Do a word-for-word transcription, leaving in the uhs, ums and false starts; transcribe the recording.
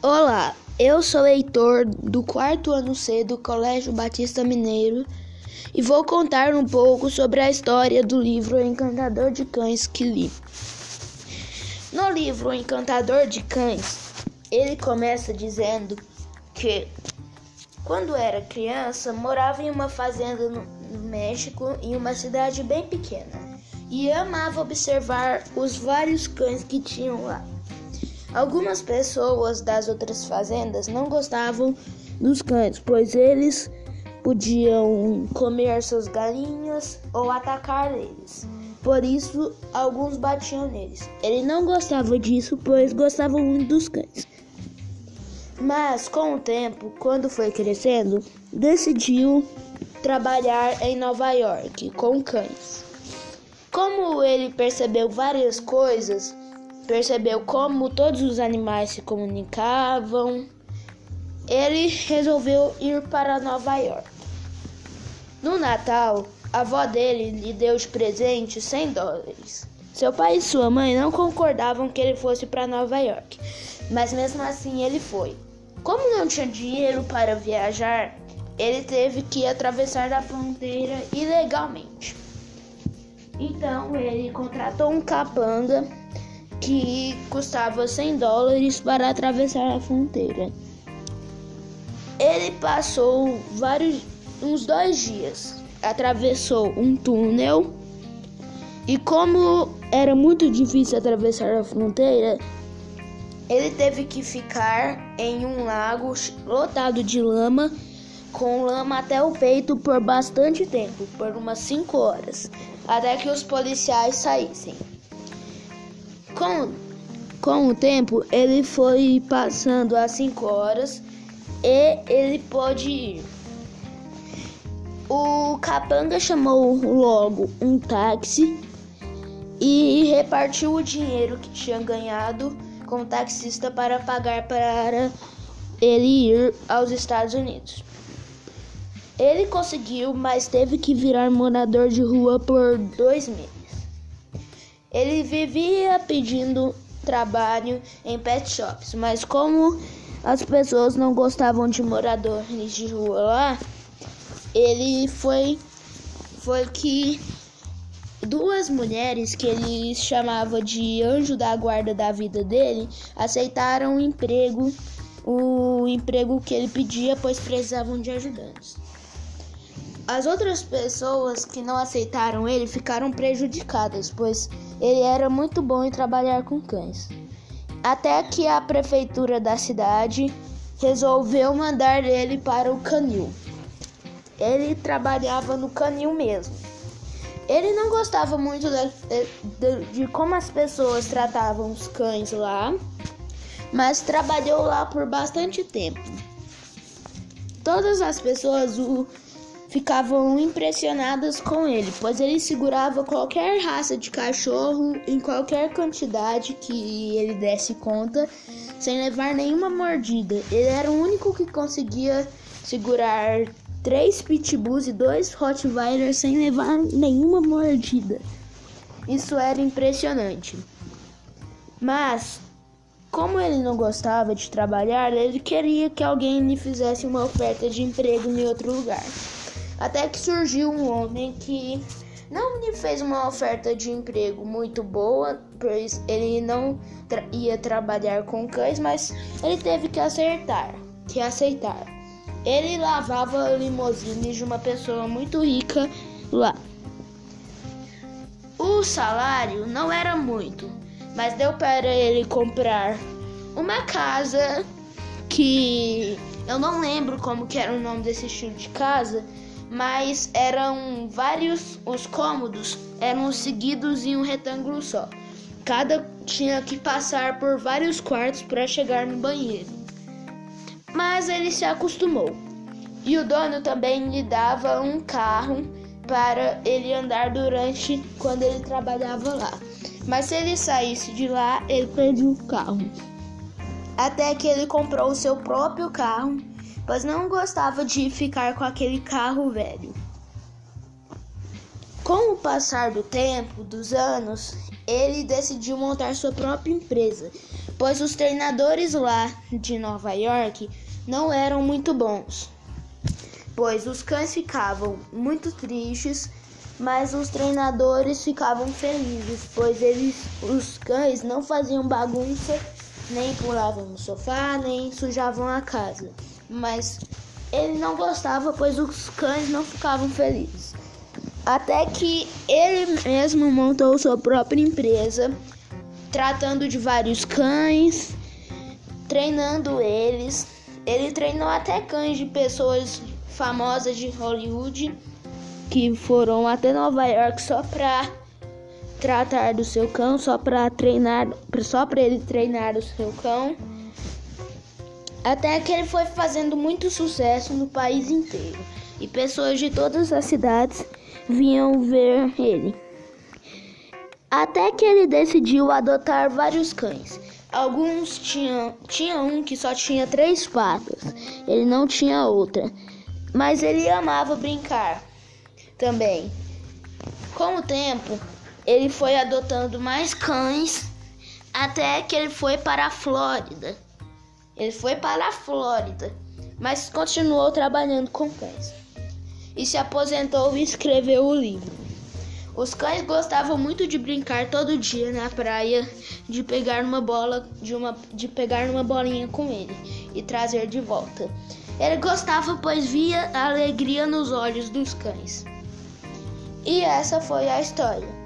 Olá, eu sou Heitor, do quarto ano C do Colégio Batista Mineiro e vou contar um pouco sobre a história do livro O Encantador de Cães que li. No livro O Encantador de Cães, ele começa dizendo que, quando era criança, morava em uma fazenda no México, em uma cidade bem pequena, e amava observar os vários cães que tinham lá. Algumas pessoas das outras fazendas não gostavam dos cães, pois eles podiam comer suas galinhas ou atacar eles. Por isso, alguns batiam neles. Ele não gostava disso, pois gostava muito dos cães. Mas, com o tempo, quando foi crescendo, decidiu trabalhar em Nova York com cães. Como ele percebeu várias coisas, percebeu como todos os animais se comunicavam, ele resolveu ir para Nova York. No Natal, a avó dele lhe deu de presente cem dólares. Seu pai e sua mãe não concordavam que ele fosse para Nova York, mas mesmo assim ele foi. Como não tinha dinheiro para viajar, ele teve que atravessar a fronteira ilegalmente. Então ele contratou um capanga que custava cem dólares para atravessar a fronteira. Ele passou vários, uns dois dias, atravessou um túnel e, como era muito difícil atravessar a fronteira, ele teve que ficar em um lago lotado de lama, com lama até o peito por bastante tempo, por umas cinco horas, até que os policiais saíssem. Com, com o tempo, ele foi passando as cinco horas e ele pôde ir. O capanga chamou logo um táxi e repartiu o dinheiro que tinha ganhado com o taxista para pagar para ele ir aos Estados Unidos. Ele conseguiu, mas teve que virar morador de rua por dois meses. Ele vivia pedindo trabalho em pet shops, mas como as pessoas não gostavam de moradores de rua lá, ele foi, foi que duas mulheres que ele chamava de anjo da guarda da vida dele aceitaram o emprego, o emprego que ele pedia, pois precisavam de ajudantes. As outras pessoas que não aceitaram ele ficaram prejudicadas, pois ele era muito bom em trabalhar com cães. Até que a prefeitura da cidade resolveu mandar ele para o canil. Ele trabalhava no canil mesmo. Ele não gostava muito de, de, de como as pessoas tratavam os cães lá, mas trabalhou lá por bastante tempo. Todas as pessoas o ficavam impressionadas com ele, pois ele segurava qualquer raça de cachorro em qualquer quantidade que ele desse conta, sem levar nenhuma mordida. Ele era o único que conseguia segurar três pitbulls e dois rottweilers sem levar nenhuma mordida. Isso era impressionante. Mas, como ele não gostava de trabalhar, ele queria que alguém lhe fizesse uma oferta de emprego em outro lugar. Até que surgiu um homem que não lhe fez uma oferta de emprego muito boa, pois ele não tra- ia trabalhar com cães, mas ele teve que acertar, que aceitar. Ele lavava limusines de uma pessoa muito rica lá. O salário não era muito, mas deu para ele comprar uma casa que eu não lembro como que era o nome desse estilo de casa, mas eram vários, os cômodos eram seguidos em um retângulo só. Cada tinha que passar por vários quartos para chegar no banheiro. Mas ele se acostumou. E o dono também lhe dava um carro para ele andar durante quando ele trabalhava lá. Mas se ele saísse de lá, ele perdia o carro. Até que ele comprou o seu próprio carro, pois não gostava de ficar com aquele carro velho. Com o passar do tempo, dos anos, ele decidiu montar sua própria empresa, pois os treinadores lá de Nova York não eram muito bons, pois os cães ficavam muito tristes, mas os treinadores ficavam felizes, pois eles, os cães não faziam bagunça, nem pulavam no sofá, nem sujavam a casa. Mas ele não gostava, pois os cães não ficavam felizes. Até que ele mesmo montou sua própria empresa, tratando de vários cães, treinando eles. Ele treinou até cães de pessoas famosas de Hollywood, que foram até Nova York só para tratar do seu cão, só para treinar, só para ele treinar o seu cão. Até que ele foi fazendo muito sucesso no país inteiro e pessoas de todas as cidades vinham ver ele. Até que ele decidiu adotar vários cães. Alguns tinham, tinha um que só tinha três patas, ele não tinha outra, mas ele amava brincar também. Com o tempo, ele foi adotando mais cães até que ele foi para a Flórida. Ele foi para a Flórida, mas continuou trabalhando com cães. E se aposentou e escreveu o livro. Os cães gostavam muito de brincar todo dia na praia, de pegar uma bola, de, uma, de pegar uma bolinha com ele e trazer de volta. Ele gostava, pois via a alegria nos olhos dos cães. E essa foi a história.